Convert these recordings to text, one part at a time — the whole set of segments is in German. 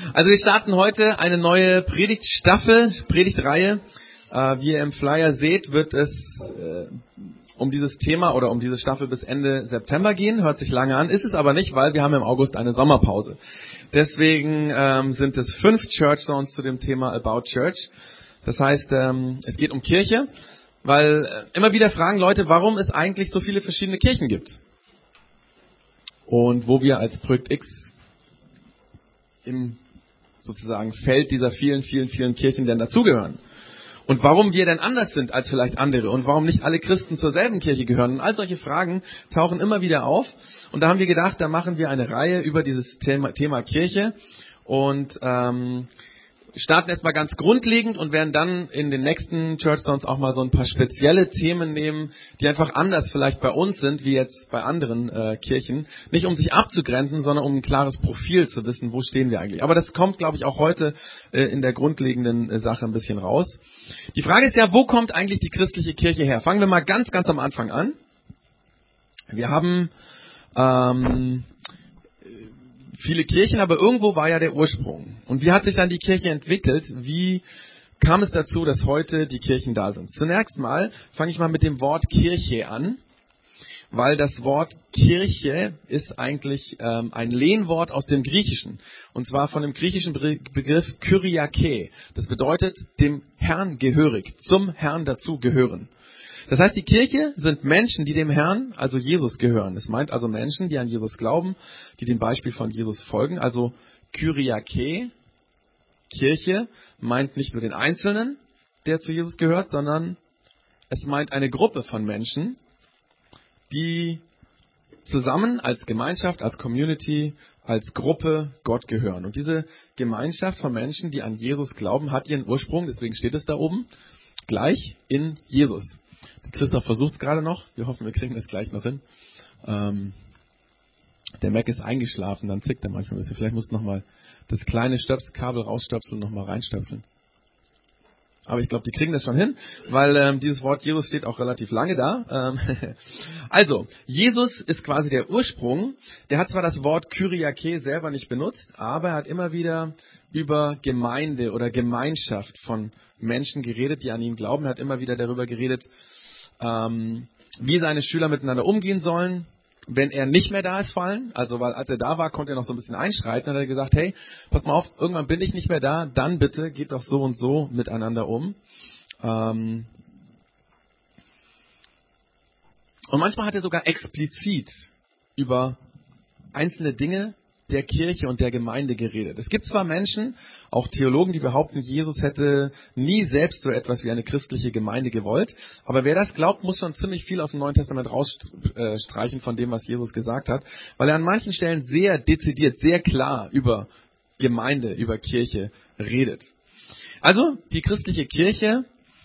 Also wir starten heute eine neue Predigtstaffel, Predigtreihe. Wie ihr im Flyer seht, wird es um dieses Thema oder um diese Staffel bis Ende September gehen. Hört sich lange an, ist es aber nicht, weil wir haben im August eine Sommerpause. Deswegen sind es 5 Church Zones zu dem Thema About Church. Das heißt, es geht um Kirche, weil immer wieder fragen Leute, warum es eigentlich so viele verschiedene Kirchen gibt. Und wo wir als Projekt X im sozusagen Feld dieser vielen Kirchen denn dazugehören. Und warum wir denn anders sind als vielleicht andere und warum nicht alle Christen zur selben Kirche gehören. Und all solche Fragen tauchen immer wieder auf. Und da haben wir gedacht, da machen wir eine Reihe über dieses Thema Kirche und starten erstmal ganz grundlegend und werden dann in den nächsten Church Zones auch mal so ein paar spezielle Themen nehmen, die einfach anders vielleicht bei uns sind, wie jetzt bei anderen Kirchen. Nicht um sich abzugrenzen, sondern um ein klares Profil zu wissen, wo stehen wir eigentlich. Aber das kommt, glaube ich, auch heute in der grundlegenden Sache ein bisschen raus. Die Frage ist ja, wo kommt eigentlich die christliche Kirche her? Fangen wir mal ganz am Anfang an. Wir haben viele Kirchen, aber irgendwo war ja der Ursprung. Und wie hat sich dann die Kirche entwickelt? Wie kam es dazu, dass heute die Kirchen da sind? Zunächst mal fange ich mal mit dem Wort Kirche an, weil das Wort Kirche ist eigentlich ein Lehnwort aus dem Griechischen. Und zwar von dem griechischen Begriff Kyriake. Das bedeutet dem Herrn gehörig, zum Herrn dazu gehören. Das heißt, die Kirche sind Menschen, die dem Herrn, also Jesus, gehören. Es meint also Menschen, die an Jesus glauben, die dem Beispiel von Jesus folgen. Also Kyriake, Kirche, meint nicht nur den Einzelnen, der zu Jesus gehört, sondern es meint eine Gruppe von Menschen, die zusammen als Gemeinschaft, als Community, als Gruppe Gott gehören. Und diese Gemeinschaft von Menschen, die an Jesus glauben, hat ihren Ursprung, deswegen steht es da oben, gleich in Jesus. Christoph versucht es gerade noch. Wir hoffen, wir kriegen das gleich noch hin. Der Mac ist eingeschlafen, dann zickt er manchmal ein bisschen. Vielleicht musst du nochmal das kleine Stöpselkabel rausstöpseln und nochmal reinstöpseln. Aber ich glaube, die kriegen das schon hin, weil dieses Wort Jesus steht auch relativ lange da. Also, Jesus ist quasi der Ursprung. Der hat zwar das Wort Kyriake selber nicht benutzt, aber er hat immer wieder über Gemeinde oder Gemeinschaft von Menschen geredet, die an ihn glauben. Er hat immer wieder darüber geredet, wie seine Schüler miteinander umgehen sollen, wenn er nicht mehr da ist, vor allem. Also, weil als er da war, konnte er noch so ein bisschen einschreiten. Dann hat er gesagt, hey, pass mal auf, irgendwann bin ich nicht mehr da, dann bitte geht doch so und so miteinander um. Und manchmal hat er sogar explizit über einzelne Dinge der Kirche und der Gemeinde geredet. Es gibt zwar Menschen, auch Theologen, die behaupten, Jesus hätte nie selbst so etwas wie eine christliche Gemeinde gewollt, aber wer das glaubt, muss schon ziemlich viel aus dem Neuen Testament rausstreichen von dem, was Jesus gesagt hat, weil er an manchen Stellen sehr dezidiert, sehr klar über Gemeinde, über Kirche redet. Also, die christliche Kirche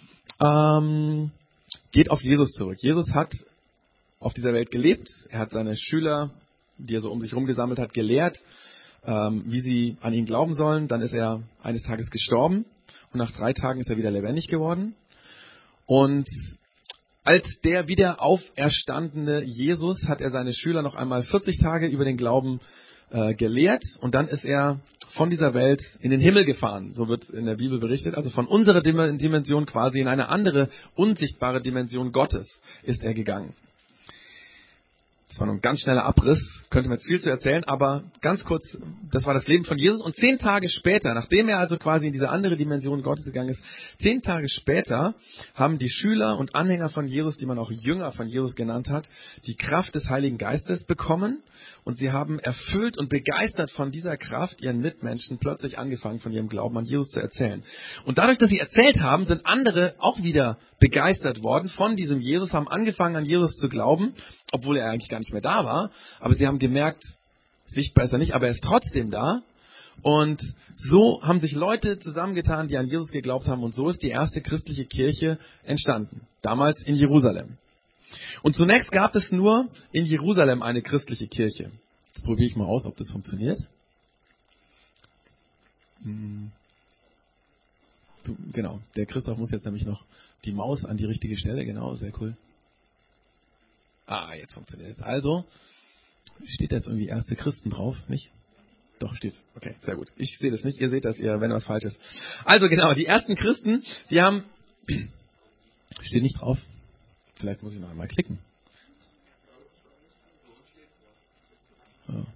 geht auf Jesus zurück. Jesus hat auf dieser Welt gelebt, er hat seine Schüler, die er so um sich herum gesammelt hat, gelehrt, wie sie an ihn glauben sollen. Dann ist er eines Tages gestorben und nach 3 Tagen ist er wieder lebendig geworden. Und als der wieder auferstandene Jesus hat er seine Schüler noch einmal 40 Tage über den Glauben gelehrt und dann ist er von dieser Welt in den Himmel gefahren. So wird in der Bibel berichtet. Also von unserer Dimension quasi in eine andere, unsichtbare Dimension Gottes ist er gegangen. Das war noch ein ganz schneller Abriss, könnte man jetzt viel zu erzählen, aber ganz kurz, das war das Leben von Jesus. Und 10 Tage später, nachdem er also quasi in diese andere Dimension Gottes gegangen ist, 10 Tage später haben die Schüler und Anhänger von Jesus, die man auch Jünger von Jesus genannt hat, die Kraft des Heiligen Geistes bekommen. Und sie haben erfüllt und begeistert von dieser Kraft ihren Mitmenschen plötzlich angefangen, von ihrem Glauben an Jesus zu erzählen. Und dadurch, dass sie erzählt haben, sind andere auch wieder begeistert worden von diesem Jesus, haben angefangen, an Jesus zu glauben, obwohl er eigentlich gar nicht mehr da war. Aber sie haben gemerkt, sichtbar ist er nicht, aber er ist trotzdem da. Und so haben sich Leute zusammengetan, die an Jesus geglaubt haben. Und so ist die erste christliche Kirche entstanden. Damals in Jerusalem. Und zunächst gab es nur in Jerusalem eine christliche Kirche. Jetzt probiere ich mal aus, ob das funktioniert. Genau, der Christoph muss jetzt nämlich noch die Maus an die richtige Stelle. Genau, sehr cool. Jetzt funktioniert es. Also, steht jetzt irgendwie erste Christen drauf, nicht? Doch, steht. Okay, sehr gut. Ich sehe das nicht. Ihr seht das, wenn was falsch ist. Also genau, die ersten Christen, die haben... Steht nicht drauf. Vielleicht muss ich noch einmal klicken. So.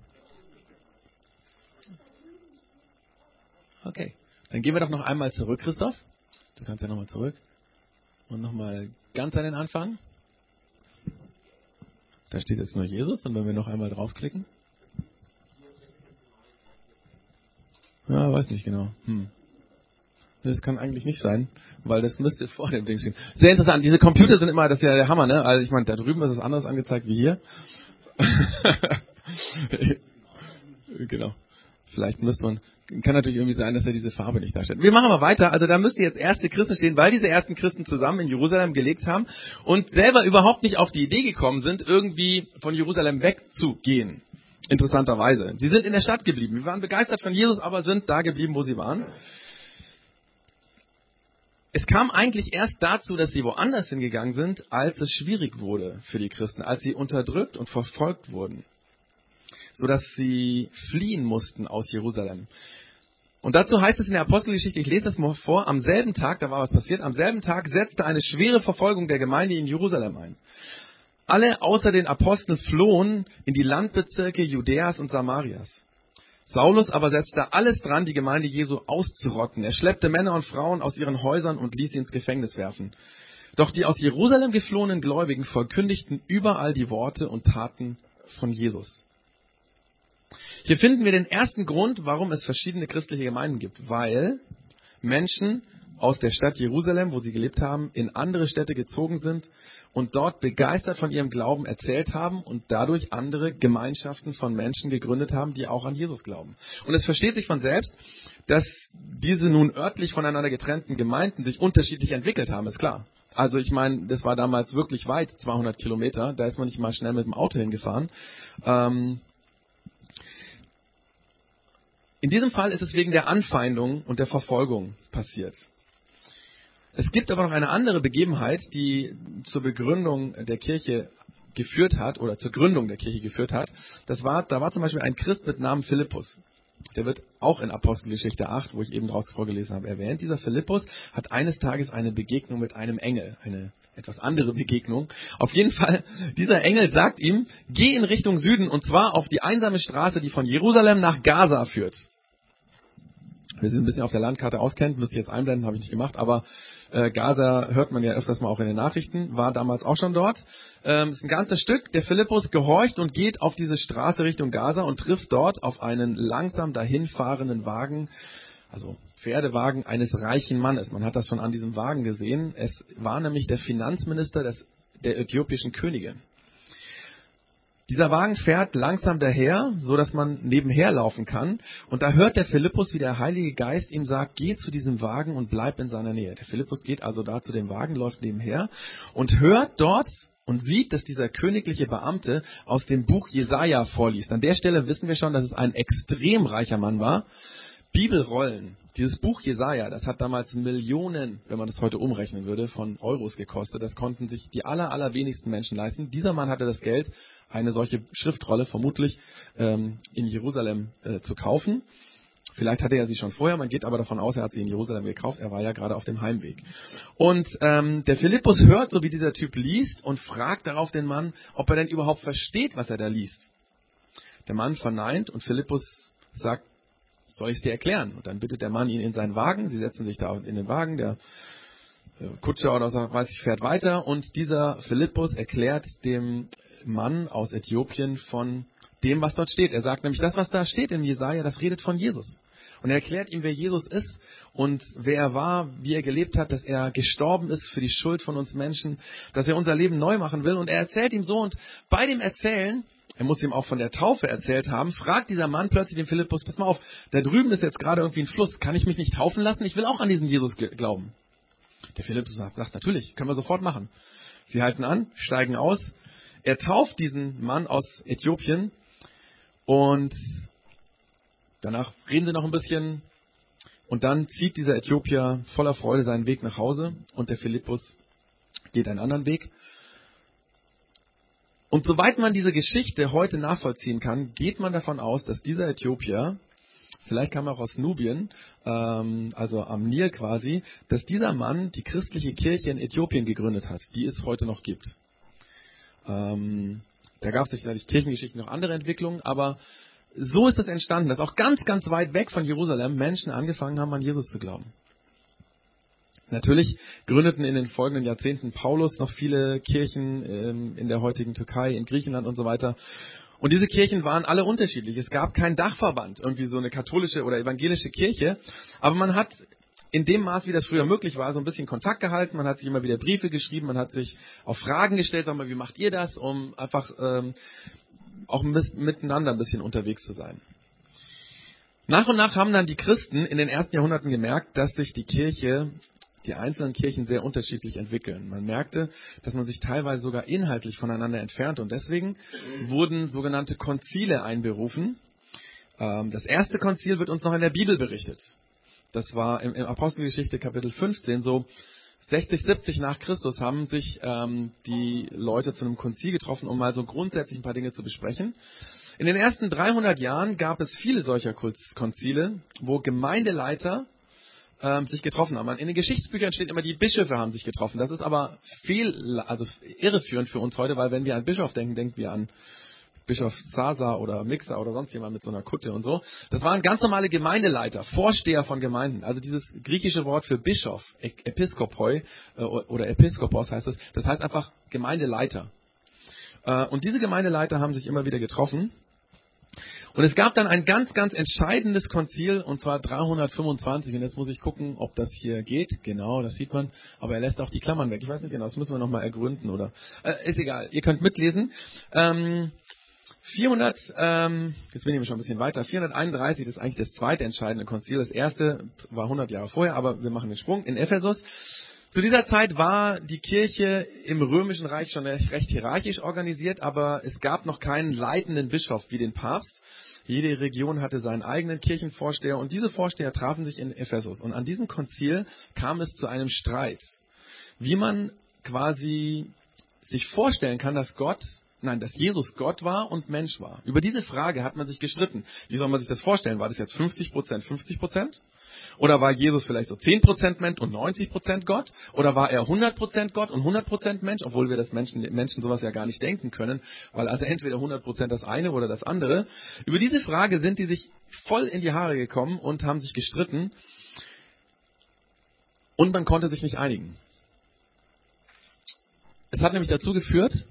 Okay, dann gehen wir doch noch einmal zurück, Christoph. Du kannst ja nochmal zurück. Und nochmal ganz an den Anfang. Da steht jetzt nur Jesus. Und wenn wir noch einmal draufklicken. Ja, weiß nicht genau. Das kann eigentlich nicht sein, weil das müsste vor dem Ding stehen. Sehr interessant. Diese Computer sind immer, das ist ja der Hammer, ne? Also ich meine, da drüben ist es anders angezeigt wie hier. Genau. Vielleicht müsste man, kann natürlich irgendwie sein, dass er diese Farbe nicht darstellt. Wir machen mal weiter. Also da müsste jetzt erste Christen stehen, weil diese ersten Christen zusammen in Jerusalem gelebt haben und selber überhaupt nicht auf die Idee gekommen sind, irgendwie von Jerusalem wegzugehen. Interessanterweise. Sie sind in der Stadt geblieben. Wir waren begeistert von Jesus, aber sind da geblieben, wo sie waren. Es kam eigentlich erst dazu, dass sie woanders hingegangen sind, als es schwierig wurde für die Christen, als sie unterdrückt und verfolgt wurden, sodass sie fliehen mussten aus Jerusalem. Und dazu heißt es in der Apostelgeschichte, ich lese das mal vor, am selben Tag, da war was passiert, am selben Tag setzte eine schwere Verfolgung der Gemeinde in Jerusalem ein. Alle außer den Aposteln flohen in die Landbezirke Judäas und Samarias. Saulus aber setzte alles dran, die Gemeinde Jesu auszurotten. Er schleppte Männer und Frauen aus ihren Häusern und ließ sie ins Gefängnis werfen. Doch die aus Jerusalem geflohenen Gläubigen verkündigten überall die Worte und Taten von Jesus. Hier finden wir den ersten Grund, warum es verschiedene christliche Gemeinden gibt. Weil Menschen aus der Stadt Jerusalem, wo sie gelebt haben, in andere Städte gezogen sind und dort begeistert von ihrem Glauben erzählt haben und dadurch andere Gemeinschaften von Menschen gegründet haben, die auch an Jesus glauben. Und es versteht sich von selbst, dass diese nun örtlich voneinander getrennten Gemeinden sich unterschiedlich entwickelt haben, ist klar. Also ich meine, das war damals wirklich weit, 200 Kilometer, da ist man nicht mal schnell mit dem Auto hingefahren. In diesem Fall ist es wegen der Anfeindung und der Verfolgung passiert. Es gibt aber noch eine andere Begebenheit, die zur Begründung der Kirche geführt hat, oder zur Gründung der Kirche geführt hat. Da war zum Beispiel ein Christ mit Namen Philippus. Der wird auch in Apostelgeschichte 8, wo ich eben draus vorgelesen habe, erwähnt. Dieser Philippus hat eines Tages eine Begegnung mit einem Engel, eine etwas andere Begegnung. Auf jeden Fall, dieser Engel sagt ihm, geh in Richtung Süden und zwar auf die einsame Straße, die von Jerusalem nach Gaza führt. Wer sich ein bisschen auf der Landkarte auskennt, müsste ich jetzt einblenden, habe ich nicht gemacht, aber Gaza hört man ja öfters mal auch in den Nachrichten, war damals auch schon dort. Ist ein ganzes Stück. Der Philippus gehorcht und geht auf diese Straße Richtung Gaza und trifft dort auf einen langsam dahinfahrenden Wagen, also Pferdewagen eines reichen Mannes. Man hat das schon an diesem Wagen gesehen. Es war nämlich der Finanzminister der äthiopischen Königin. Dieser Wagen fährt langsam daher, so dass man nebenher laufen kann. Und da hört der Philippus, wie der Heilige Geist ihm sagt, geh zu diesem Wagen und bleib in seiner Nähe. Der Philippus geht also da zu dem Wagen, läuft nebenher und hört dort und sieht, dass dieser königliche Beamte aus dem Buch Jesaja vorliest. An der Stelle wissen wir schon, dass es ein extrem reicher Mann war. Bibelrollen. Dieses Buch Jesaja, das hat damals Millionen, wenn man das heute umrechnen würde, von Euros gekostet. Das konnten sich die allerwenigsten Menschen leisten. Dieser Mann hatte das Geld, eine solche Schriftrolle vermutlich in Jerusalem zu kaufen. Vielleicht hatte er sie schon vorher, man geht aber davon aus, er hat sie in Jerusalem gekauft. Er war ja gerade auf dem Heimweg. Und der Philippus hört, so wie dieser Typ liest, und fragt darauf den Mann, ob er denn überhaupt versteht, was er da liest. Der Mann verneint und Philippus sagt, soll ich es dir erklären? Und dann bittet der Mann ihn in seinen Wagen. Sie setzen sich da in den Wagen. Der Kutscher oder so, weiß ich, fährt weiter. Und dieser Philippus erklärt dem Mann aus Äthiopien von dem, was dort steht. Er sagt nämlich, das, was da steht in Jesaja, das redet von Jesus. Und er erklärt ihm, wer Jesus ist und wer er war, wie er gelebt hat, dass er gestorben ist für die Schuld von uns Menschen, dass er unser Leben neu machen will. Und er erzählt ihm so, und bei dem Erzählen, er muss ihm auch von der Taufe erzählt haben, fragt dieser Mann plötzlich den Philippus, pass mal auf, da drüben ist jetzt gerade irgendwie ein Fluss, kann ich mich nicht taufen lassen? Ich will auch an diesen Jesus glauben. Der Philippus sagt, natürlich, können wir sofort machen. Sie halten an, steigen aus, er tauft diesen Mann aus Äthiopien und danach reden sie noch ein bisschen und dann zieht dieser Äthiopier voller Freude seinen Weg nach Hause und der Philippus geht einen anderen Weg. Und soweit man diese Geschichte heute nachvollziehen kann, geht man davon aus, dass dieser Äthiopier vielleicht kam er auch aus Nubien, also am Nil quasi, dass dieser Mann die christliche Kirche in Äthiopien gegründet hat, die es heute noch gibt. Da gab es sicherlich Kirchengeschichten noch andere Entwicklungen, aber so ist es entstanden, dass auch ganz, ganz weit weg von Jerusalem Menschen angefangen haben, an Jesus zu glauben. Natürlich gründeten in den folgenden Jahrzehnten Paulus noch viele Kirchen in der heutigen Türkei, in Griechenland und so weiter. Und diese Kirchen waren alle unterschiedlich. Es gab keinen Dachverband, irgendwie so eine katholische oder evangelische Kirche. Aber man hat in dem Maß, wie das früher möglich war, so ein bisschen Kontakt gehalten. Man hat sich immer wieder Briefe geschrieben, man hat sich auch Fragen gestellt, sag mal, wie macht ihr das, um einfach auch miteinander ein bisschen unterwegs zu sein. Nach und nach haben dann die Christen in den ersten Jahrhunderten gemerkt, dass sich die einzelnen Kirchen sehr unterschiedlich entwickeln. Man merkte, dass man sich teilweise sogar inhaltlich voneinander entfernt und deswegen wurden sogenannte Konzile einberufen. Das erste Konzil wird uns noch in der Bibel berichtet. Das war im Apostelgeschichte Kapitel 15, so 60, 70 nach Christus haben sich die Leute zu einem Konzil getroffen, um mal so grundsätzlich ein paar Dinge zu besprechen. In den ersten 300 Jahren gab es viele solcher Konzile, wo Gemeindeleiter sich getroffen haben. In den Geschichtsbüchern steht immer, die Bischöfe haben sich getroffen. Das ist aber irreführend für uns heute, weil wenn wir an Bischof denken, denken wir an Bischof Sasa oder Mixer oder sonst jemand mit so einer Kutte und so. Das waren ganz normale Gemeindeleiter, Vorsteher von Gemeinden. Also dieses griechische Wort für Bischof, Episkopoi oder Episkopos heißt es, das heißt einfach Gemeindeleiter. Und diese Gemeindeleiter haben sich immer wieder getroffen. Und es gab dann ein ganz, ganz entscheidendes Konzil, und zwar 325. Und jetzt muss ich gucken, ob das hier geht. Genau, das sieht man. Aber er lässt auch die Klammern weg. Ich weiß nicht genau, das müssen wir nochmal ergründen, oder? Ist egal, ihr könnt mitlesen. Jetzt bin ich schon ein bisschen weiter. 431 ist eigentlich das zweite entscheidende Konzil. Das erste war 100 Jahre vorher, aber wir machen den Sprung in Ephesus. Zu dieser Zeit war die Kirche im Römischen Reich schon recht hierarchisch organisiert, aber es gab noch keinen leitenden Bischof wie den Papst. Jede Region hatte seinen eigenen Kirchenvorsteher und diese Vorsteher trafen sich in Ephesus. Und an diesem Konzil kam es zu einem Streit, wie man quasi sich vorstellen kann, dass Jesus Gott war und Mensch war. Über diese Frage hat man sich gestritten. Wie soll man sich das vorstellen? War das jetzt 50%, 50%? Oder war Jesus vielleicht so 10% Mensch und 90% Gott? Oder war er 100% Gott und 100% Mensch? Obwohl wir das Menschen sowas ja gar nicht denken können. Weil also entweder 100% das eine oder das andere. Über diese Frage sind die sich voll in die Haare gekommen und haben sich gestritten. Und man konnte sich nicht einigen. Es hat nämlich dazu geführt,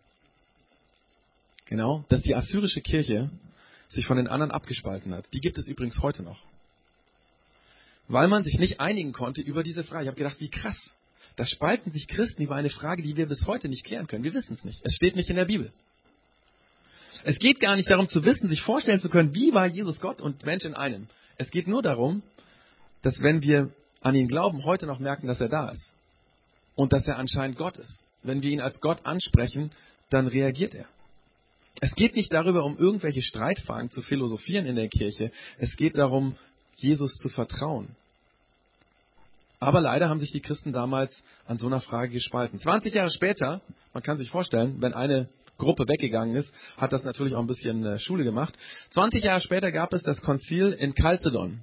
dass die assyrische Kirche sich von den anderen abgespalten hat. Die gibt es übrigens heute noch. Weil man sich nicht einigen konnte über diese Frage. Ich habe gedacht, wie krass. Da spalten sich Christen über eine Frage, die wir bis heute nicht klären können. Wir wissen es nicht. Es steht nicht in der Bibel. Es geht gar nicht darum zu wissen, sich vorstellen zu können, wie war Jesus Gott und Mensch in einem. Es geht nur darum, dass wenn wir an ihn glauben, heute noch merken, dass er da ist. Und dass er anscheinend Gott ist. Wenn wir ihn als Gott ansprechen, dann reagiert er. Es geht nicht darüber, um irgendwelche Streitfragen zu philosophieren in der Kirche. Es geht darum, Jesus zu vertrauen. Aber leider haben sich die Christen damals an so einer Frage gespalten. 20 Jahre später, man kann sich vorstellen, wenn eine Gruppe weggegangen ist, hat das natürlich auch ein bisschen Schule gemacht. 20 Jahre später gab es das Konzil in Chalcedon.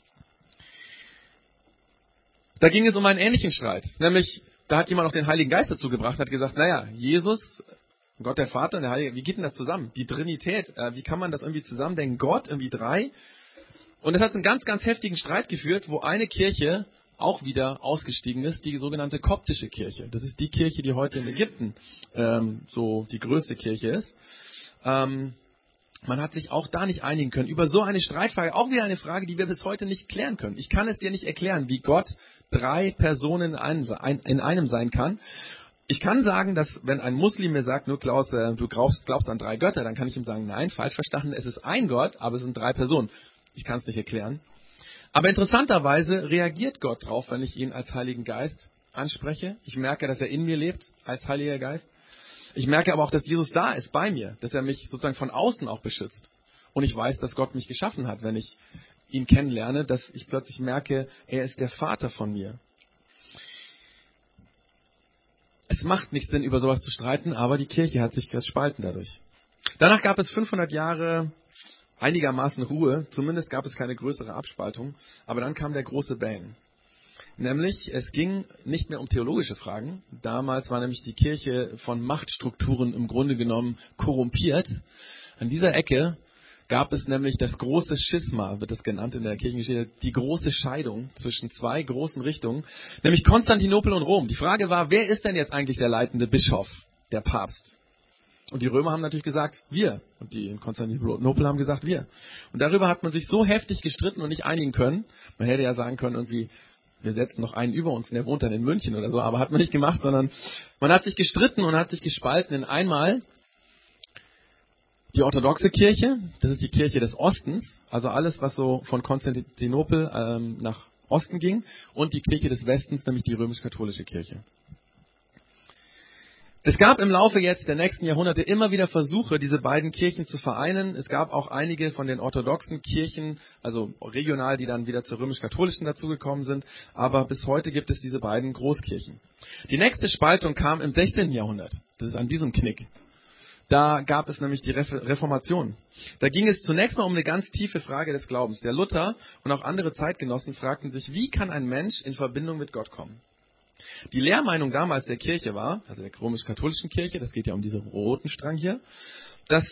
Da ging es um einen ähnlichen Streit. Nämlich, da hat jemand auch den Heiligen Geist dazu gebracht, hat gesagt, Jesus, Gott der Vater und der Heilige, wie geht denn das zusammen? Die Trinität, wie kann man das irgendwie zusammendenken? Gott, irgendwie drei. Und es hat einen ganz, ganz heftigen Streit geführt, wo eine Kirche auch wieder ausgestiegen ist, die sogenannte koptische Kirche. Das ist die Kirche, die heute in Ägypten so die größte Kirche ist. Man hat sich auch da nicht einigen können. Über so eine Streitfrage, auch wieder eine Frage, die wir bis heute nicht klären können. Ich kann es dir nicht erklären, wie Gott drei Personen in einem sein kann. Ich kann sagen, dass wenn ein Muslim mir sagt, nur Klaus, du glaubst an drei Götter, dann kann ich ihm sagen, nein, falsch verstanden, es ist ein Gott, aber es sind drei Personen. Ich kann es nicht erklären. Aber interessanterweise reagiert Gott drauf, wenn ich ihn als Heiligen Geist anspreche. Ich merke, dass er in mir lebt als Heiliger Geist. Ich merke aber auch, dass Jesus da ist bei mir, dass er mich sozusagen von außen auch beschützt. Und ich weiß, dass Gott mich geschaffen hat, wenn ich ihn kennenlerne, dass ich plötzlich merke, er ist der Vater von mir. Es macht nicht Sinn, über sowas zu streiten, aber die Kirche hat sich gespalten dadurch. Danach gab es 500 Jahre einigermaßen Ruhe. Zumindest gab es keine größere Abspaltung. Aber dann kam der große Bang. Nämlich, es ging nicht mehr um theologische Fragen. Damals war nämlich die Kirche von Machtstrukturen im Grunde genommen korrumpiert. An dieser Ecke gab es nämlich das große Schisma, wird das genannt in der Kirchengeschichte, die große Scheidung zwischen zwei großen Richtungen, nämlich Konstantinopel und Rom. Die Frage war, wer ist denn jetzt eigentlich der leitende Bischof, der Papst? Und die Römer haben natürlich gesagt, wir. Und die in Konstantinopel haben gesagt, wir. Und darüber hat man sich so heftig gestritten und nicht einigen können. Man hätte ja sagen können, irgendwie, wir setzen noch einen über uns und der wohnt dann in München oder so, aber hat man nicht gemacht, sondern man hat sich gestritten und hat sich gespalten in einmal die orthodoxe Kirche, das ist die Kirche des Ostens, also alles, was so von Konstantinopel nach Osten ging, und die Kirche des Westens, nämlich die römisch-katholische Kirche. Es gab im Laufe jetzt der nächsten Jahrhunderte immer wieder Versuche, diese beiden Kirchen zu vereinen. Es gab auch einige von den orthodoxen Kirchen, also regional, die dann wieder zur römisch-katholischen dazugekommen sind. Aber bis heute gibt es diese beiden Großkirchen. Die nächste Spaltung kam im 16. Jahrhundert. Das ist an diesem Knick. Da gab es nämlich die Reformation. Da ging es zunächst mal um eine ganz tiefe Frage des Glaubens. Der Luther und auch andere Zeitgenossen fragten sich, wie kann ein Mensch in Verbindung mit Gott kommen? Die Lehrmeinung damals der Kirche war, also der römisch-katholischen Kirche, das geht ja um diesen roten Strang hier, dass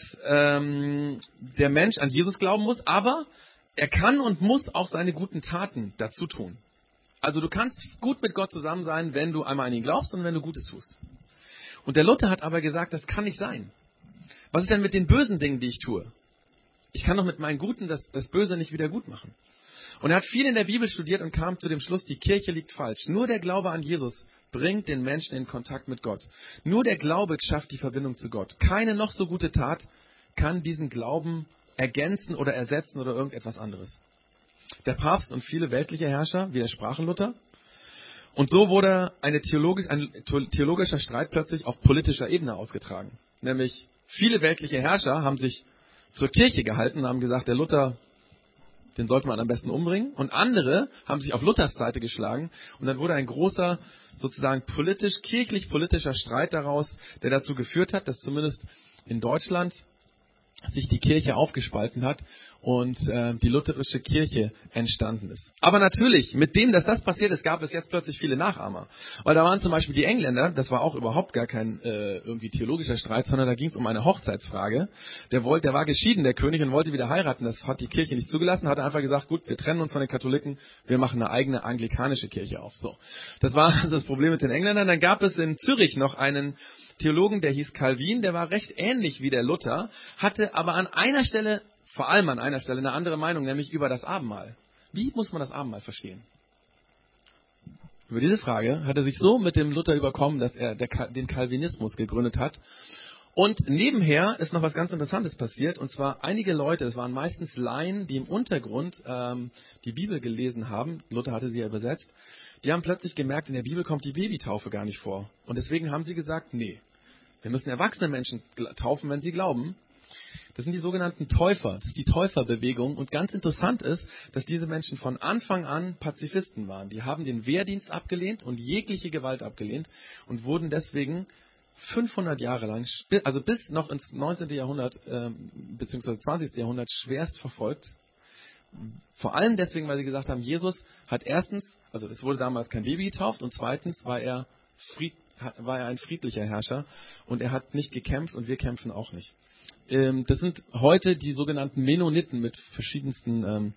der Mensch an Jesus glauben muss, aber er kann und muss auch seine guten Taten dazu tun. Also du kannst gut mit Gott zusammen sein, wenn du einmal an ihn glaubst und wenn du Gutes tust. Und der Luther hat aber gesagt, das kann nicht sein. Was ist denn mit den bösen Dingen, die ich tue? Ich kann doch mit meinen Guten das Böse nicht wieder gut machen. Und er hat viel in der Bibel studiert und kam zu dem Schluss, die Kirche liegt falsch. Nur der Glaube an Jesus bringt den Menschen in Kontakt mit Gott. Nur der Glaube schafft die Verbindung zu Gott. Keine noch so gute Tat kann diesen Glauben ergänzen oder ersetzen oder irgendetwas anderes. Der Papst und viele weltliche Herrscher widersprachen Luther. Und so wurde ein theologischer Streit plötzlich auf politischer Ebene ausgetragen. Nämlich viele weltliche Herrscher haben sich zur Kirche gehalten und haben gesagt, der Luther, den sollte man am besten umbringen. Und andere haben sich auf Luthers Seite geschlagen. Und dann wurde ein großer, sozusagen kirchlich-politischer Streit daraus, der dazu geführt hat, dass zumindest in Deutschland sich die Kirche aufgespalten hat und die lutherische Kirche entstanden ist. Aber natürlich, mit dem, dass das passiert ist, gab es jetzt plötzlich viele Nachahmer. Weil da waren zum Beispiel die Engländer, das war auch überhaupt gar kein irgendwie theologischer Streit, sondern da ging es um eine Hochzeitsfrage. Der war geschieden, der König, und wollte wieder heiraten. Das hat die Kirche nicht zugelassen, hat einfach gesagt, gut, wir trennen uns von den Katholiken, wir machen eine eigene anglikanische Kirche auf. So, das war also das Problem mit den Engländern. Dann gab es in Zürich noch einen Theologen, der hieß Calvin, der war recht ähnlich wie der Luther, hatte aber vor allem an einer Stelle eine andere Meinung, nämlich über das Abendmahl. Wie muss man das Abendmahl verstehen? Über diese Frage hat er sich so mit dem Luther überkommen, dass er den Calvinismus gegründet hat. Und nebenher ist noch was ganz Interessantes passiert, und zwar einige Leute, es waren meistens Laien, die im Untergrund die Bibel gelesen haben, Luther hatte sie ja übersetzt, die haben plötzlich gemerkt, in der Bibel kommt die Babytaufe gar nicht vor. Und deswegen haben sie gesagt, nee, wir müssen erwachsene Menschen taufen, wenn sie glauben. Das sind die sogenannten Täufer, das ist die Täuferbewegung. Und ganz interessant ist, dass diese Menschen von Anfang an Pazifisten waren. Die haben den Wehrdienst abgelehnt und jegliche Gewalt abgelehnt und wurden deswegen 500 Jahre lang, also bis noch ins 19. Jahrhundert bzw. 20. Jahrhundert schwerst verfolgt. Vor allem deswegen, weil sie gesagt haben, Jesus hat erstens, also es wurde damals kein Baby getauft, und zweitens war er ein friedlicher Herrscher und er hat nicht gekämpft und wir kämpfen auch nicht. Das sind heute die sogenannten Mennoniten mit verschiedensten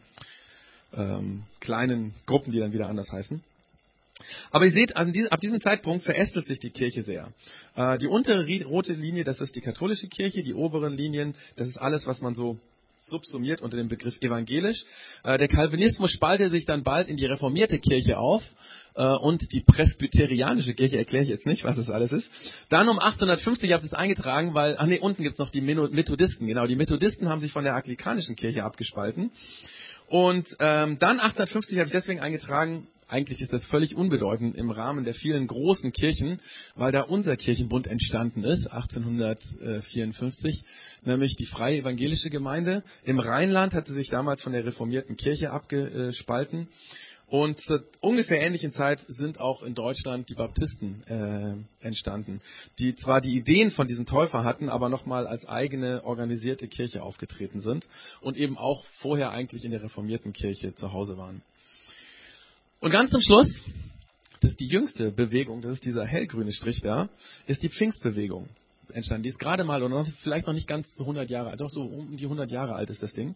kleinen Gruppen, die dann wieder anders heißen. Aber ihr seht, ab diesem Zeitpunkt verästelt sich die Kirche sehr. Die untere rote Linie, das ist die katholische Kirche, die oberen Linien, das ist alles, was man so subsumiert unter dem Begriff evangelisch. Der Calvinismus spaltete sich dann bald in die reformierte Kirche auf und die presbyterianische Kirche, erkläre ich jetzt nicht, was das alles ist. Dann um 1850 habt ihr es eingetragen, weil, unten gibt es noch die Methodisten. Genau, die Methodisten haben sich von der anglikanischen Kirche abgespalten. Und dann 1850 habe ich deswegen eingetragen, eigentlich ist das völlig unbedeutend im Rahmen der vielen großen Kirchen, weil da unser Kirchenbund entstanden ist, 1854, nämlich die Freie Evangelische Gemeinde. Im Rheinland hatte sich damals von der reformierten Kirche abgespalten. Und zur ungefähr ähnlichen Zeit sind auch in Deutschland die Baptisten entstanden, die zwar die Ideen von diesem Täufer hatten, aber nochmal als eigene organisierte Kirche aufgetreten sind und eben auch vorher eigentlich in der reformierten Kirche zu Hause waren. Und ganz zum Schluss, das ist die jüngste Bewegung, das ist dieser hellgrüne Strich da, ist die Pfingstbewegung entstanden. Die ist gerade mal, oder vielleicht noch nicht ganz so 100 Jahre alt, doch so um die 100 Jahre alt ist das Ding.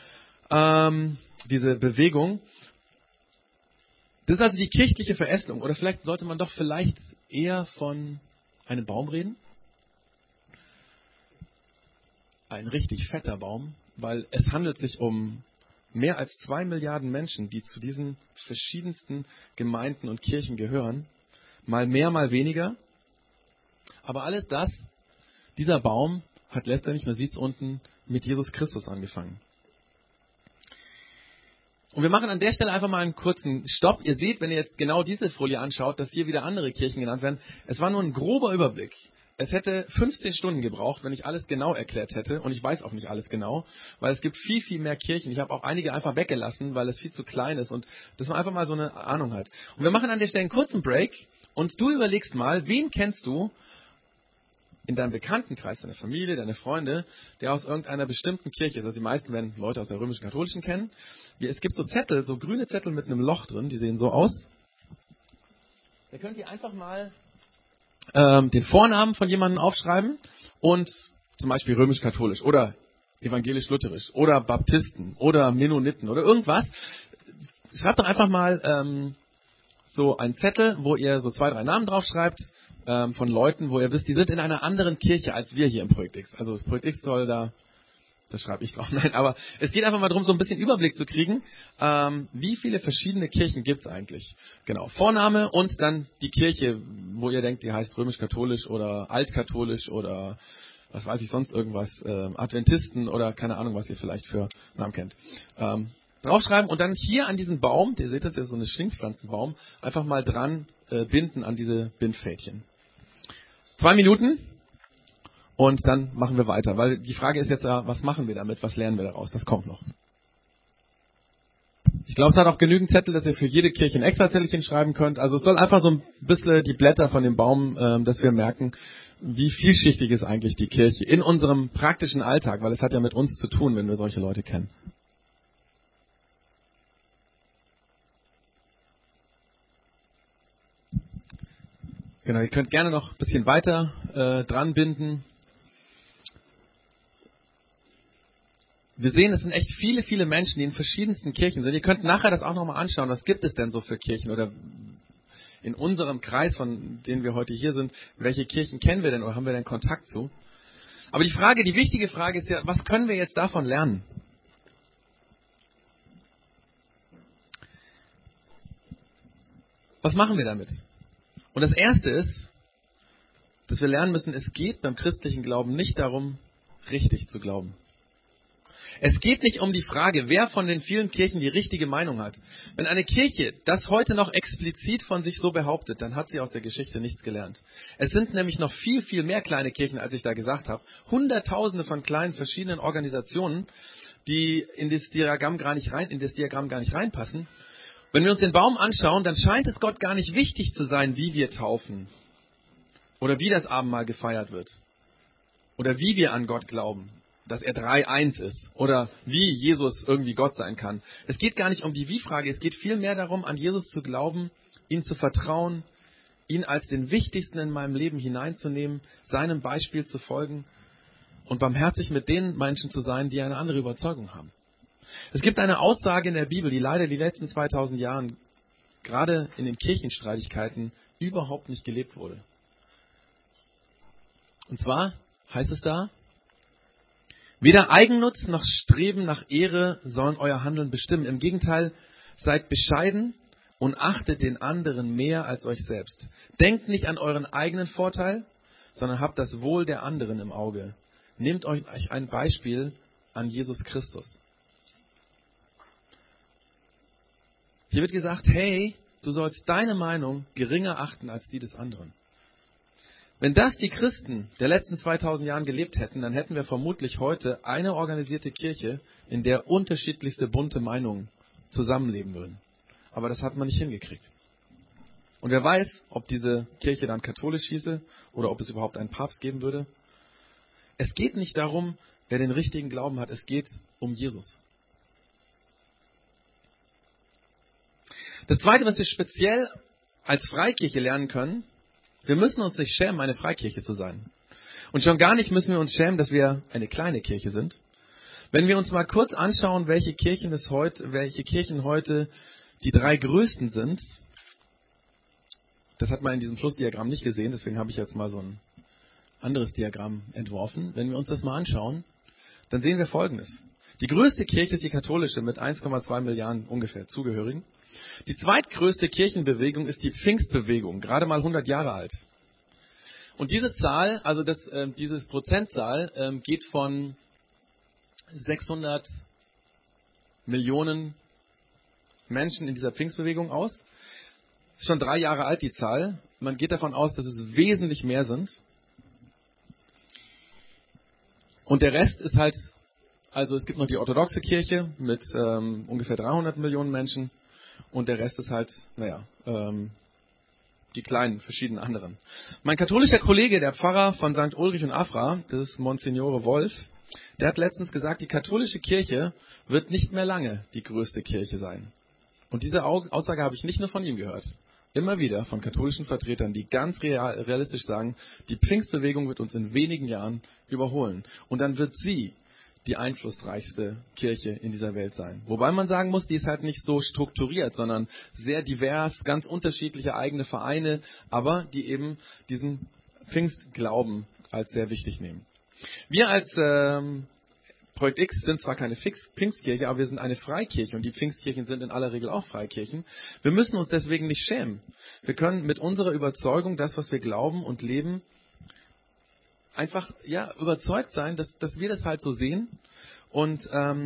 Diese Bewegung. Das ist also die kirchliche Verästelung. Oder vielleicht sollte man doch eher von einem Baum reden. Ein richtig fetter Baum, weil es handelt sich um mehr als 2 Milliarden Menschen, die zu diesen verschiedensten Gemeinden und Kirchen gehören. Mal mehr, mal weniger. Aber alles das, dieser Baum hat letztendlich, man sieht es unten, mit Jesus Christus angefangen. Und wir machen an der Stelle einfach mal einen kurzen Stopp. Ihr seht, wenn ihr jetzt genau diese Folie anschaut, dass hier wieder andere Kirchen genannt werden. Es war nur ein grober Überblick. Es hätte 15 Stunden gebraucht, wenn ich alles genau erklärt hätte. Und ich weiß auch nicht alles genau, weil es gibt viel, viel mehr Kirchen. Ich habe auch einige einfach weggelassen, weil es viel zu klein ist und dass man einfach mal so eine Ahnung hat. Und wir machen an der Stelle einen kurzen Break und du überlegst mal, wen kennst du in deinem Bekanntenkreis, deine Familie, deine Freunde, der aus irgendeiner bestimmten Kirche ist. Also die meisten werden Leute aus der römisch-katholischen kennen. Es gibt so Zettel, so grüne Zettel mit einem Loch drin, die sehen so aus. Da könnt ihr einfach mal den Vornamen von jemandem aufschreiben und zum Beispiel römisch-katholisch oder evangelisch-lutherisch oder Baptisten oder Mennoniten oder irgendwas. Schreibt doch einfach mal so einen Zettel, wo ihr so 2, 3 Namen draufschreibt von Leuten, wo ihr wisst, die sind in einer anderen Kirche als wir hier im Projekt X. Also das Projekt X soll da, das schreibe ich drauf, nein, aber es geht einfach mal darum, so ein bisschen Überblick zu kriegen, wie viele verschiedene Kirchen gibt es eigentlich. Genau, Vorname und dann die Kirche, wo ihr denkt, die heißt römisch-katholisch oder altkatholisch oder was weiß ich sonst irgendwas, Adventisten oder keine Ahnung, was ihr vielleicht für Namen kennt. Draufschreiben und dann hier an diesen Baum, ihr seht das ja so eine Schlingpflanzenbaum, einfach mal dran binden an diese Bindfädchen. 2 Minuten und dann machen wir weiter, weil die Frage ist jetzt, was machen wir damit, was lernen wir daraus, das kommt noch. Ich glaube, es hat auch genügend Zettel, dass ihr für jede Kirche ein extra Zettelchen schreiben könnt, also es soll einfach so ein bisschen die Blätter von dem Baum, dass wir merken, wie vielschichtig ist eigentlich die Kirche in unserem praktischen Alltag, weil es hat ja mit uns zu tun, wenn wir solche Leute kennen. Genau, ihr könnt gerne noch ein bisschen weiter dran binden. Wir sehen, es sind echt viele, viele Menschen, die in verschiedensten Kirchen sind. Ihr könnt nachher das auch nochmal anschauen. Was gibt es denn so für Kirchen? Oder in unserem Kreis, von denen wir heute hier sind, welche Kirchen kennen wir denn oder haben wir denn Kontakt zu? Aber die wichtige Frage ist ja, was können wir jetzt davon lernen? Was machen wir damit? Und das Erste ist, dass wir lernen müssen, es geht beim christlichen Glauben nicht darum, richtig zu glauben. Es geht nicht um die Frage, wer von den vielen Kirchen die richtige Meinung hat. Wenn eine Kirche das heute noch explizit von sich so behauptet, dann hat sie aus der Geschichte nichts gelernt. Es sind nämlich noch viel, viel mehr kleine Kirchen, als ich da gesagt habe. Hunderttausende von kleinen verschiedenen Organisationen, die in das Diagramm gar nicht reinpassen. Wenn wir uns den Baum anschauen, dann scheint es Gott gar nicht wichtig zu sein, wie wir taufen. Oder wie das Abendmahl gefeiert wird. Oder wie wir an Gott glauben. Dass er 3-1 ist. Oder wie Jesus irgendwie Gott sein kann. Es geht gar nicht um die Wie-Frage. Es geht vielmehr darum, an Jesus zu glauben, ihm zu vertrauen, ihn als den Wichtigsten in meinem Leben hineinzunehmen, seinem Beispiel zu folgen und barmherzig mit den Menschen zu sein, die eine andere Überzeugung haben. Es gibt eine Aussage in der Bibel, die leider die letzten 2000 Jahren gerade in den Kirchenstreitigkeiten überhaupt nicht gelebt wurde. Und zwar heißt es da, weder Eigennutz noch Streben nach Ehre sollen euer Handeln bestimmen. Im Gegenteil, seid bescheiden und achtet den anderen mehr als euch selbst. Denkt nicht an euren eigenen Vorteil, sondern habt das Wohl der anderen im Auge. Nehmt euch ein Beispiel an Jesus Christus. Hier wird gesagt, hey, du sollst deine Meinung geringer achten als die des anderen. Wenn das die Christen der letzten 2000 Jahren gelebt hätten, dann hätten wir vermutlich heute eine organisierte Kirche, in der unterschiedlichste bunte Meinungen zusammenleben würden. aber das hat man nicht hingekriegt. Und wer weiß, ob diese Kirche dann katholisch hieße oder ob es überhaupt einen Papst geben würde. Es geht nicht darum, wer den richtigen Glauben hat, es geht um Jesus. Das Zweite, was wir speziell als Freikirche lernen können, wir müssen uns nicht schämen, eine Freikirche zu sein. Und schon gar nicht müssen wir uns schämen, dass wir eine kleine Kirche sind. Wenn wir uns mal kurz anschauen, welche Kirchen heute die 3 größten sind, das hat man in diesem Flussdiagramm nicht gesehen, deswegen habe ich jetzt mal so ein anderes Diagramm entworfen. Wenn wir uns das mal anschauen, dann sehen wir Folgendes. Die größte Kirche ist die katholische mit 1,2 Milliarden ungefähr Zugehörigen. Die zweitgrößte Kirchenbewegung ist die Pfingstbewegung, gerade mal 100 Jahre alt. Und diese Zahl, also dieses Prozentzahl, geht von 600 Millionen Menschen in dieser Pfingstbewegung aus. Ist schon 3 Jahre alt, die Zahl. Man geht davon aus, dass es wesentlich mehr sind. Und der Rest ist halt, also es gibt noch die orthodoxe Kirche mit ungefähr 300 Millionen Menschen. Und der Rest ist halt, die kleinen, verschiedenen anderen. Mein katholischer Kollege, der Pfarrer von St. Ulrich und Afra, das ist Monsignore Wolf, der hat letztens gesagt, die katholische Kirche wird nicht mehr lange die größte Kirche sein. Und diese Aussage habe ich nicht nur von ihm gehört. Immer wieder von katholischen Vertretern, die ganz realistisch sagen, die Pfingstbewegung wird uns in wenigen Jahren überholen. Und dann wird sie die einflussreichste Kirche in dieser Welt sein. Wobei man sagen muss, die ist halt nicht so strukturiert, sondern sehr divers, ganz unterschiedliche eigene Vereine, aber die eben diesen Pfingstglauben als sehr wichtig nehmen. Wir als Projekt X sind zwar keine Pfingstkirche, aber wir sind eine Freikirche und die Pfingstkirchen sind in aller Regel auch Freikirchen. Wir müssen uns deswegen nicht schämen. Wir können mit unserer Überzeugung, das, was wir glauben und leben, einfach überzeugt sein, dass wir das halt so sehen. Und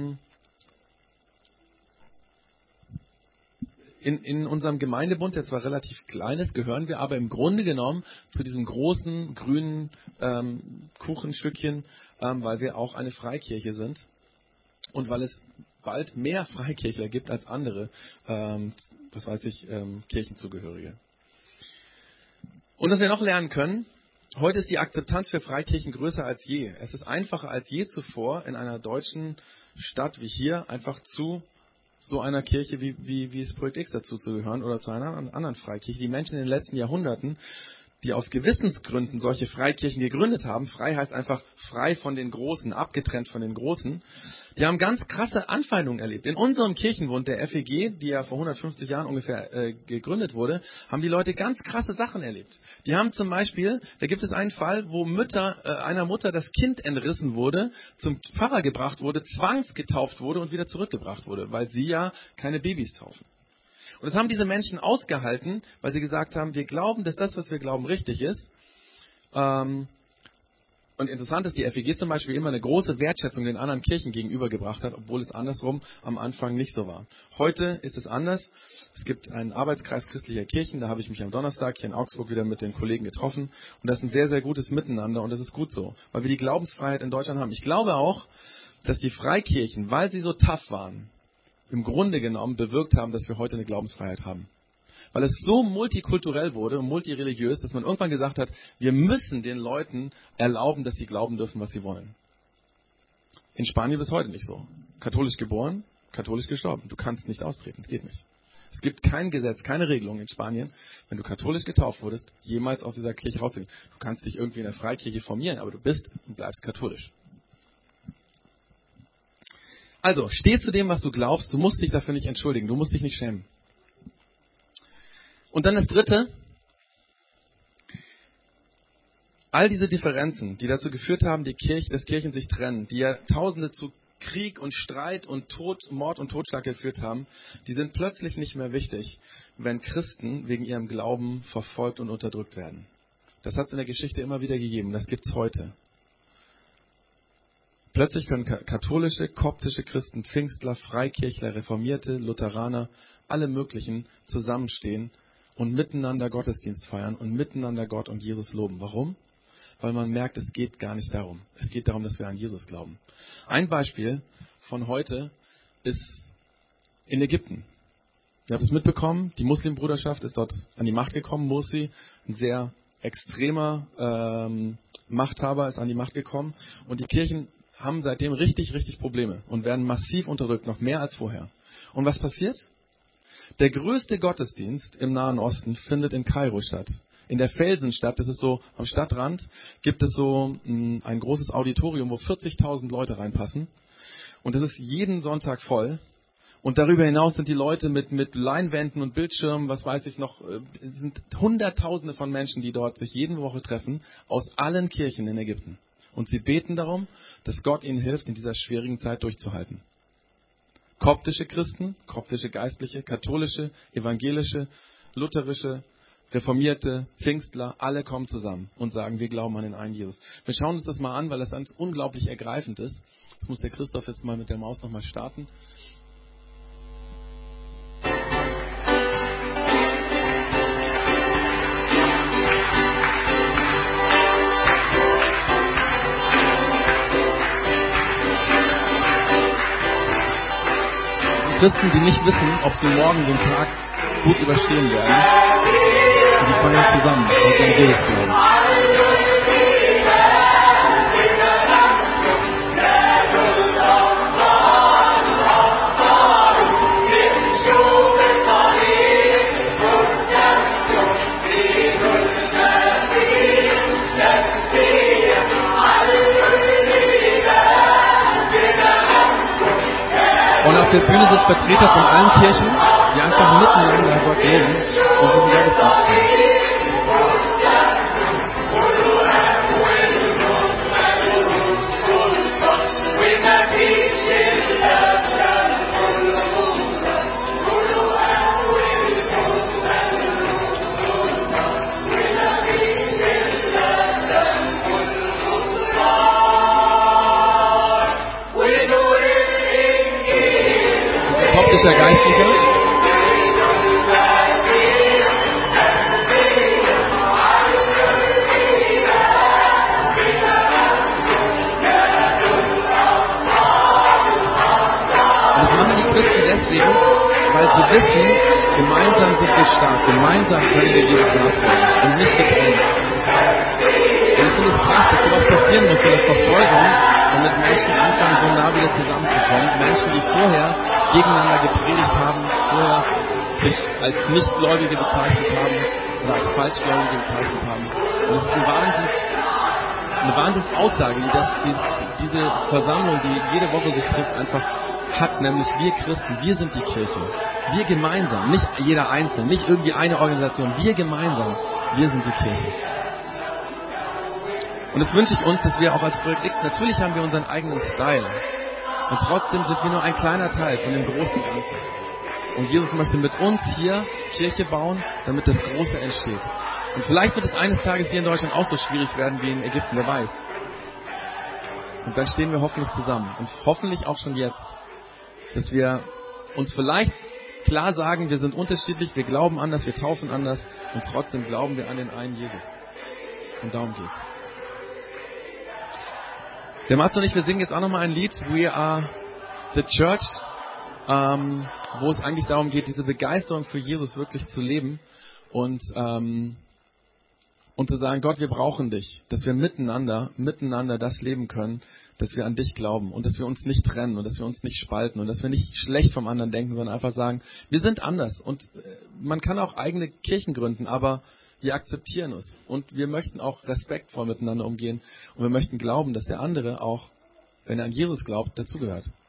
in unserem Gemeindebund, der zwar relativ klein ist, gehören wir aber im Grunde genommen zu diesem großen grünen Kuchenstückchen, weil wir auch eine Freikirche sind und weil es bald mehr Freikirchler gibt als andere, Kirchenzugehörige. Und was wir noch lernen können, heute ist die Akzeptanz für Freikirchen größer als je. Es ist einfacher als je zuvor in einer deutschen Stadt wie hier einfach zu so einer Kirche wie es Projekt X dazu zu gehören oder zu einer anderen Freikirche. Die Menschen in den letzten Jahrhunderten, die aus Gewissensgründen solche Freikirchen gegründet haben, frei heißt einfach frei von den Großen, abgetrennt von den Großen, die haben ganz krasse Anfeindungen erlebt. In unserem Kirchenbund, der FEG, die ja vor 150 Jahren ungefähr gegründet wurde, haben die Leute ganz krasse Sachen erlebt. Die haben zum Beispiel, da gibt es einen Fall, wo einer Mutter das Kind entrissen wurde, zum Pfarrer gebracht wurde, zwangsgetauft wurde und wieder zurückgebracht wurde, weil sie ja keine Babys taufen. Und das haben diese Menschen ausgehalten, weil sie gesagt haben, wir glauben, dass das, was wir glauben, richtig ist. Und interessant ist, die FEG zum Beispiel immer eine große Wertschätzung den anderen Kirchen gegenübergebracht hat, obwohl es andersrum am Anfang nicht so war. Heute ist es anders. Es gibt einen Arbeitskreis christlicher Kirchen, da habe ich mich am Donnerstag hier in Augsburg wieder mit den Kollegen getroffen. Und das ist ein sehr, sehr gutes Miteinander und das ist gut so, weil wir die Glaubensfreiheit in Deutschland haben. Ich glaube auch, dass die Freikirchen, weil sie so tough waren, im Grunde genommen bewirkt haben, dass wir heute eine Glaubensfreiheit haben. Weil es so multikulturell wurde und multireligiös, dass man irgendwann gesagt hat, wir müssen den Leuten erlauben, dass sie glauben dürfen, was sie wollen. In Spanien bis heute nicht so. Katholisch geboren, katholisch gestorben. Du kannst nicht austreten, das geht nicht. Es gibt kein Gesetz, keine Regelung in Spanien, wenn du katholisch getauft wurdest, jemals aus dieser Kirche rauszugehen. Du kannst dich irgendwie in der Freikirche formieren, aber du bist und bleibst katholisch. Also, steh zu dem, was du glaubst. Du musst dich dafür nicht entschuldigen. Du musst dich nicht schämen. Und dann das Dritte. All diese Differenzen, die dazu geführt haben, dass Kirchen sich trennen, die Jahrtausende zu Krieg und Streit und Mord und Totschlag geführt haben, die sind plötzlich nicht mehr wichtig, wenn Christen wegen ihrem Glauben verfolgt und unterdrückt werden. Das hat es in der Geschichte immer wieder gegeben. Das gibt es heute. Plötzlich können katholische, koptische Christen, Pfingstler, Freikirchler, Reformierte, Lutheraner, alle möglichen zusammenstehen und miteinander Gottesdienst feiern und miteinander Gott und Jesus loben. Warum? Weil man merkt, es geht gar nicht darum. Es geht darum, dass wir an Jesus glauben. Ein Beispiel von heute ist in Ägypten. Ihr habt es mitbekommen, die Muslimbruderschaft ist dort an die Macht gekommen. Mursi, ein sehr extremer Machthaber, ist an die Macht gekommen. Und die Kirchen haben seitdem richtig Probleme und werden massiv unterdrückt, noch mehr als vorher. Und was passiert? Der größte Gottesdienst im Nahen Osten findet in Kairo statt. In der Felsenstadt, das ist so am Stadtrand, gibt es so ein großes Auditorium, wo 40.000 Leute reinpassen. Und das ist jeden Sonntag voll. Und darüber hinaus sind die Leute mit Leinwänden und Bildschirmen, was weiß ich noch, es sind Hunderttausende von Menschen, die dort sich jede Woche treffen, aus allen Kirchen in Ägypten. Und sie beten darum, dass Gott ihnen hilft, in dieser schwierigen Zeit durchzuhalten. Koptische Christen, koptische Geistliche, katholische, evangelische, lutherische, Reformierte, Pfingstler, alle kommen zusammen und sagen, wir glauben an den einen Jesus. Wir schauen uns das mal an, weil das ganz unglaublich ergreifend ist. Das muss der Christoph jetzt mal mit der Maus nochmal starten. Christen, die nicht wissen, ob sie morgen den Tag gut überstehen werden, und die fangen zusammen und den Jesus glauben. Und auf der Bühne sind Vertreter von allen Kirchen, die einfach miteinander Gott leben und diesen Gottesdienst feiern. Koptischer Geistlicher. Und das machen die Christen deswegen, weil sie wissen, gemeinsam sind wir stark, gemeinsam können wir Jesus nachfolgen und nicht getrennt. Und ich finde es krass, dass sowas passieren muss in der Verfolgung, damit Menschen anfangen, so nah wieder zusammenzukommen. Menschen, die vorher gegeneinander gepredigt haben, vorher sich als Nichtgläubige bezeichnet haben oder als Falschgläubige bezeichnet haben. Und es ist eine Wahnsinnsaussage, die diese Versammlung, die jede Woche sich trifft, einfach hat, nämlich wir Christen, wir sind die Kirche. Wir gemeinsam, nicht jeder Einzelne, nicht irgendwie eine Organisation, wir gemeinsam, wir sind die Kirche. Und das wünsche ich uns, dass wir auch als Projekt X, natürlich haben wir unseren eigenen Style. Und trotzdem sind wir nur ein kleiner Teil von dem großen Ganzen. Und Jesus möchte mit uns hier Kirche bauen, damit das Große entsteht. Und vielleicht wird es eines Tages hier in Deutschland auch so schwierig werden wie in Ägypten, wer weiß. Und dann stehen wir hoffentlich zusammen. Und hoffentlich auch schon jetzt, dass wir uns vielleicht klar sagen, wir sind unterschiedlich, wir glauben anders, wir taufen anders und trotzdem glauben wir an den einen Jesus. Und darum geht's. Der Mats und ich, wir singen jetzt auch nochmal ein Lied, We Are the Church, wo es eigentlich darum geht, diese Begeisterung für Jesus wirklich zu leben und zu sagen, Gott, wir brauchen dich, dass wir miteinander das leben können, dass wir an dich glauben und dass wir uns nicht trennen und dass wir uns nicht spalten und dass wir nicht schlecht vom anderen denken, sondern einfach sagen, wir sind anders und man kann auch eigene Kirchen gründen, aber wir akzeptieren es und wir möchten auch respektvoll miteinander umgehen und wir möchten glauben, dass der andere auch, wenn er an Jesus glaubt, dazugehört.